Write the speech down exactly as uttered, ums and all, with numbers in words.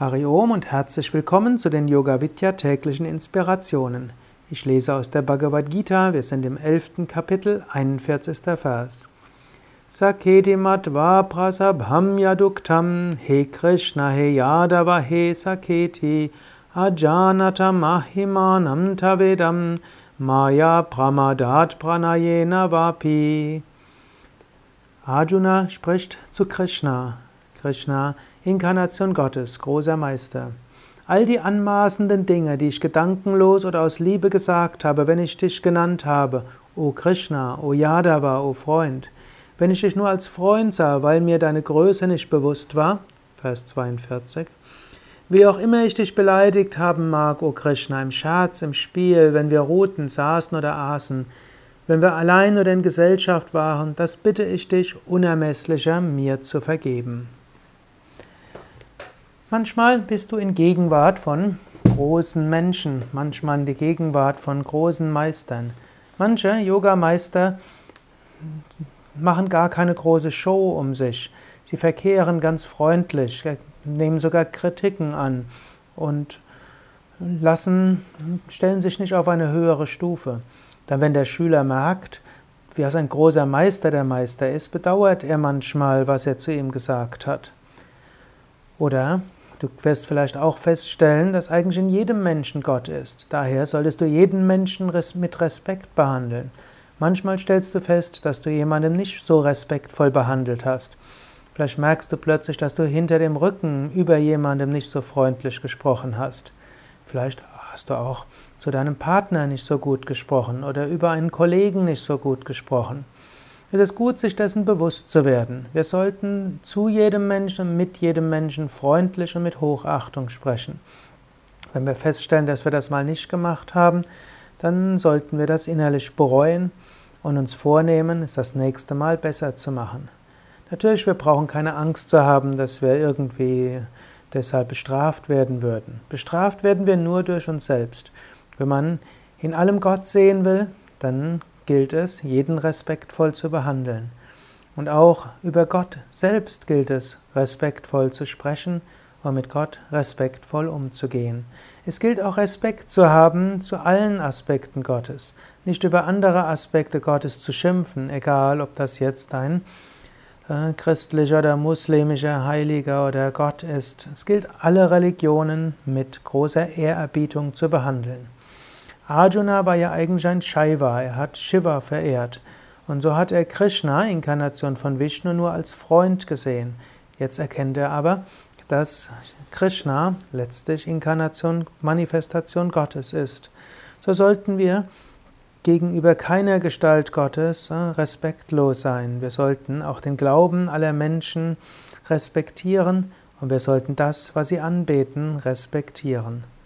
Hari Om und herzlich willkommen zu den Yoga Vidya täglichen Inspirationen. Ich lese aus der Bhagavad Gita, wir sind im elften Kapitel, einundvierzigster Vers. Saketi matva prasabham yaduktam he Krishna he Yadava he Saketi ajanata mahimanam tavedam maya pramadat pranayena vapi. Arjuna spricht zu Krishna. Krishna, Inkarnation Gottes, großer Meister. All die anmaßenden Dinge, die ich gedankenlos oder aus Liebe gesagt habe, wenn ich dich genannt habe, O Krishna, O Yadava, O Freund, wenn ich dich nur als Freund sah, weil mir deine Größe nicht bewusst war, Vers zweiundvierzig, wie auch immer ich dich beleidigt haben mag, O Krishna, im Scherz, im Spiel, wenn wir ruhten, saßen oder aßen, wenn wir allein oder in Gesellschaft waren, das bitte ich dich, unermesslicher, mir zu vergeben. Manchmal bist du in Gegenwart von großen Menschen, manchmal in die Gegenwart von großen Meistern. Manche Yogameister machen gar keine große Show um sich. Sie verkehren ganz freundlich, nehmen sogar Kritiken an und lassen, stellen sich nicht auf eine höhere Stufe. Dann, wenn der Schüler merkt, wie ein großer Meister der Meister ist, bedauert er manchmal, was er zu ihm gesagt hat. Oder du wirst vielleicht auch feststellen, dass eigentlich in jedem Menschen Gott ist. Daher solltest du jeden Menschen mit Respekt behandeln. Manchmal stellst du fest, dass du jemanden nicht so respektvoll behandelt hast. Vielleicht merkst du plötzlich, dass du hinter dem Rücken über jemandem nicht so freundlich gesprochen hast. Vielleicht hast du auch zu deinem Partner nicht so gut gesprochen oder über einen Kollegen nicht so gut gesprochen. Es ist gut, sich dessen bewusst zu werden. Wir sollten zu jedem Menschen, mit jedem Menschen freundlich und mit Hochachtung sprechen. Wenn wir feststellen, dass wir das mal nicht gemacht haben, dann sollten wir das innerlich bereuen und uns vornehmen, es das nächste Mal besser zu machen. Natürlich, wir brauchen keine Angst zu haben, dass wir irgendwie deshalb bestraft werden würden. Bestraft werden wir nur durch uns selbst. Wenn man in allem Gott sehen will, dann gilt es, jeden respektvoll zu behandeln. Und auch über Gott selbst gilt es, respektvoll zu sprechen und mit Gott respektvoll umzugehen. Es gilt auch Respekt zu haben zu allen Aspekten Gottes. Nicht über andere Aspekte Gottes zu schimpfen, egal ob das jetzt ein äh, christlicher oder muslimischer Heiliger oder Gott ist. Es gilt, alle Religionen mit großer Ehrerbietung zu behandeln. Arjuna war ja eigentlich ein Shaiva, er hat Shiva verehrt. Und so hat er Krishna, Inkarnation von Vishnu, nur als Freund gesehen. Jetzt erkennt er aber, dass Krishna letztlich Inkarnation, Manifestation Gottes ist. So sollten wir gegenüber keiner Gestalt Gottes respektlos sein. Wir sollten auch den Glauben aller Menschen respektieren und wir sollten das, was sie anbeten, respektieren.